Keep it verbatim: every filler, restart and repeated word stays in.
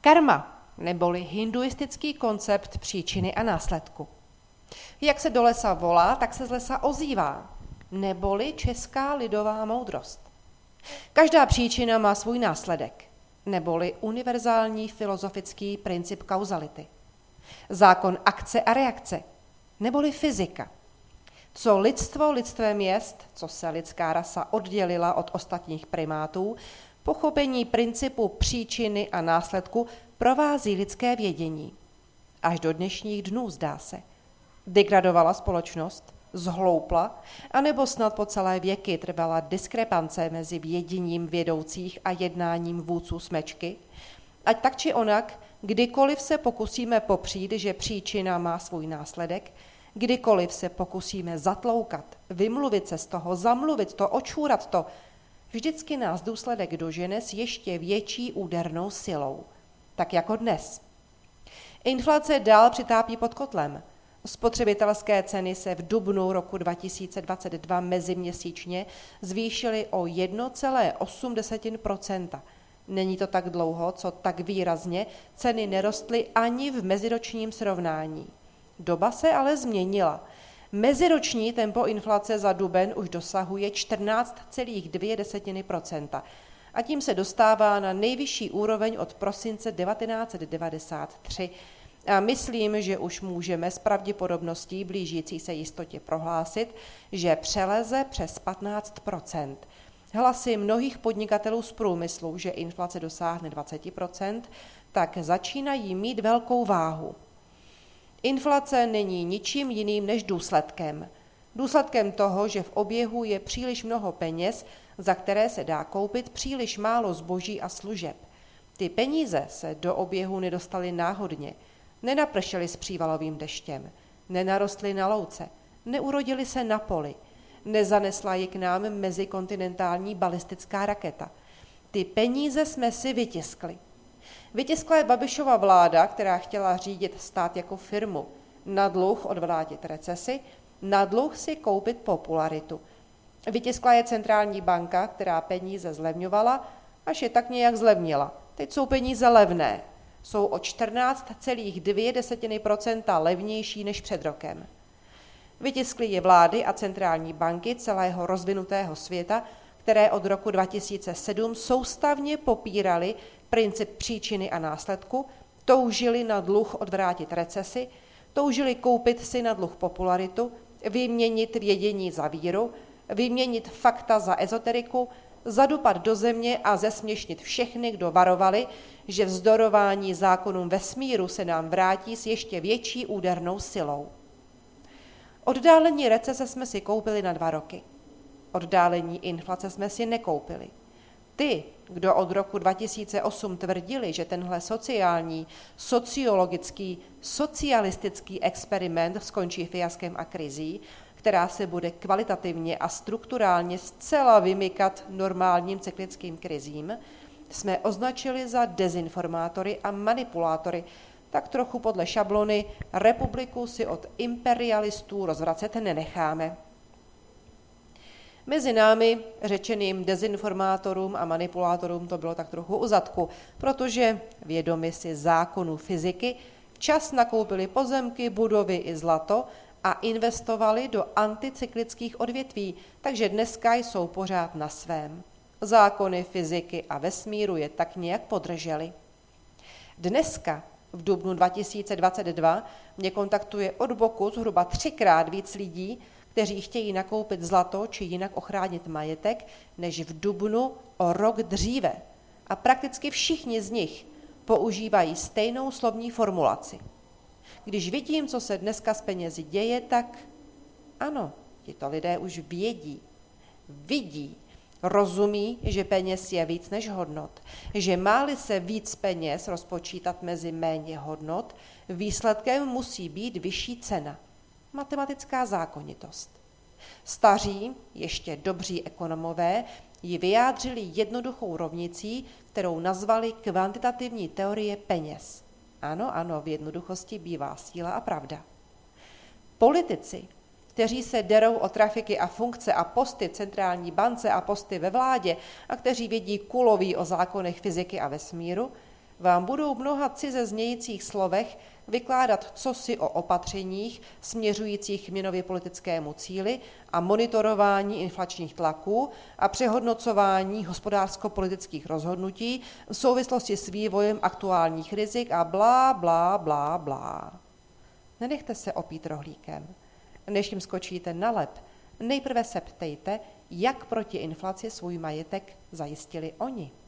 Karma, neboli hinduistický koncept příčiny a následku. Jak se do lesa volá, tak se z lesa ozývá, neboli česká lidová moudrost. Každá příčina má svůj následek, neboli univerzální filozofický princip kauzality. Zákon akce a reakce, neboli fyzika. Co lidstvo lidstvem jest, co se lidská rasa oddělila od ostatních primátů, pochopení principu příčiny a následku provází lidské vědění. Až do dnešních dnů, zdá se. Degradovala společnost, zhloupla, anebo snad po celé věky trvala diskrepance mezi věděním vědoucích a jednáním vůdců smečky? Ať tak či onak, kdykoliv se pokusíme popřít, že příčina má svůj následek, kdykoliv se pokusíme zatloukat, vymluvit se z toho, zamluvit to, očůrat to, vždycky nás důsledek dožene s ještě větší údernou silou. Tak jako dnes. Inflace dál přitápí pod kotlem. Spotřebitelské ceny se v dubnu roku dva tisíce dvacet dva meziměsíčně zvýšily o jedna celá osm procenta. Není to tak dlouho, co tak výrazně ceny nerostly ani v meziročním srovnání. Doba se ale změnila. Meziroční tempo inflace za duben už dosahuje čtrnáct celá dvě procenta a tím se dostává na nejvyšší úroveň od prosince devatenáct set devadesát tři. A myslím, že už můžeme s pravděpodobností blížící se jistotě prohlásit, že přeleze přes patnáct procent. Hlasy mnohých podnikatelů z průmyslu, že inflace dosáhne dvacet procent, tak začínají mít velkou váhu. Inflace není ničím jiným než důsledkem. Důsledkem toho, že v oběhu je příliš mnoho peněz, za které se dá koupit příliš málo zboží a služeb. Ty peníze se do oběhu nedostaly náhodně, nenapršely s přívalovým deštěm, nenarostly na louce, neurodily se na poli, nezanesla ji k nám mezikontinentální balistická raketa. Ty peníze jsme si vytiskli. Vytiskla je Babišova vláda, která chtěla řídit stát jako firmu, na dluh odvrátit recesi, na dluh si koupit popularitu. Vytiskla je centrální banka, která peníze zlevňovala, až je tak nějak zlevnila. Teď jsou peníze levné. Jsou o čtrnáct celá dvě procenta levnější než před rokem. Vytiskly je vlády a centrální banky celého rozvinutého světa, které od roku dva tisíce sedm soustavně popíraly princip příčiny a následku, toužili na dluh odvrátit recesi, toužili koupit si na dluh popularitu, vyměnit vědění za víru, vyměnit fakta za ezoteriku, zadupat do země a zesměšnit všechny, kdo varovali, že vzdorování zákonům vesmíru se nám vrátí s ještě větší údernou silou. Oddálení recese jsme si koupili na dva roky. Oddálení inflace jsme si nekoupili. Ty, kdo od roku dva tisíce osm tvrdili, že tenhle sociální, sociologický, socialistický experiment skončí fiaskem a krizí, která se bude kvalitativně a strukturálně zcela vymykat normálním cyklickým krizím, jsme označili za dezinformátory a manipulátory, tak trochu podle šablony republiku si od imperialistů rozvracet nenecháme. Mezi námi, řečeným dezinformátorům a manipulátorům, to bylo tak trochu u zadku, protože vědomi si zákonů fyziky včas nakoupili pozemky, budovy i zlato a investovali do anticyklických odvětví, takže dneska jsou pořád na svém. Zákony fyziky a vesmíru je tak nějak podrželi. Dneska, v dubnu dva tisíce dvacet dva, mě kontaktuje od boku zhruba třikrát víc lidí, kteří chtějí nakoupit zlato či jinak ochránit majetek, než v dubnu o rok dříve. A prakticky všichni z nich používají stejnou slovní formulaci. Když vidím, co se dneska s penězi děje, tak ano, tito lidé už vědí, vidí, rozumí, že peněz je víc než hodnot, že má-li se víc peněz rozpočítat mezi méně hodnot, výsledkem musí být vyšší cena. Matematická zákonitost. Staří, ještě dobří ekonomové, ji vyjádřili jednoduchou rovnicí, kterou nazvali kvantitativní teorie peněz. Ano, ano, v jednoduchosti bývá síla a pravda. Politici, kteří se derou o trafiky a funkce a posty v centrální bance a posty ve vládě a kteří vědí kuloví o zákonech fyziky a vesmíru, vám budou v mnoha cize znějících slovech vykládat cosi o opatřeních směřujících k měnově politickému cíli a monitorování inflačních tlaků a přehodnocování hospodářsko-politických rozhodnutí v souvislosti s vývojem aktuálních rizik a blá, blá, blá, blá. Nenechte se opít rohlíkem. Než jim skočíte na lep, nejprve se ptejte, jak proti inflaci svůj majetek zajistili oni.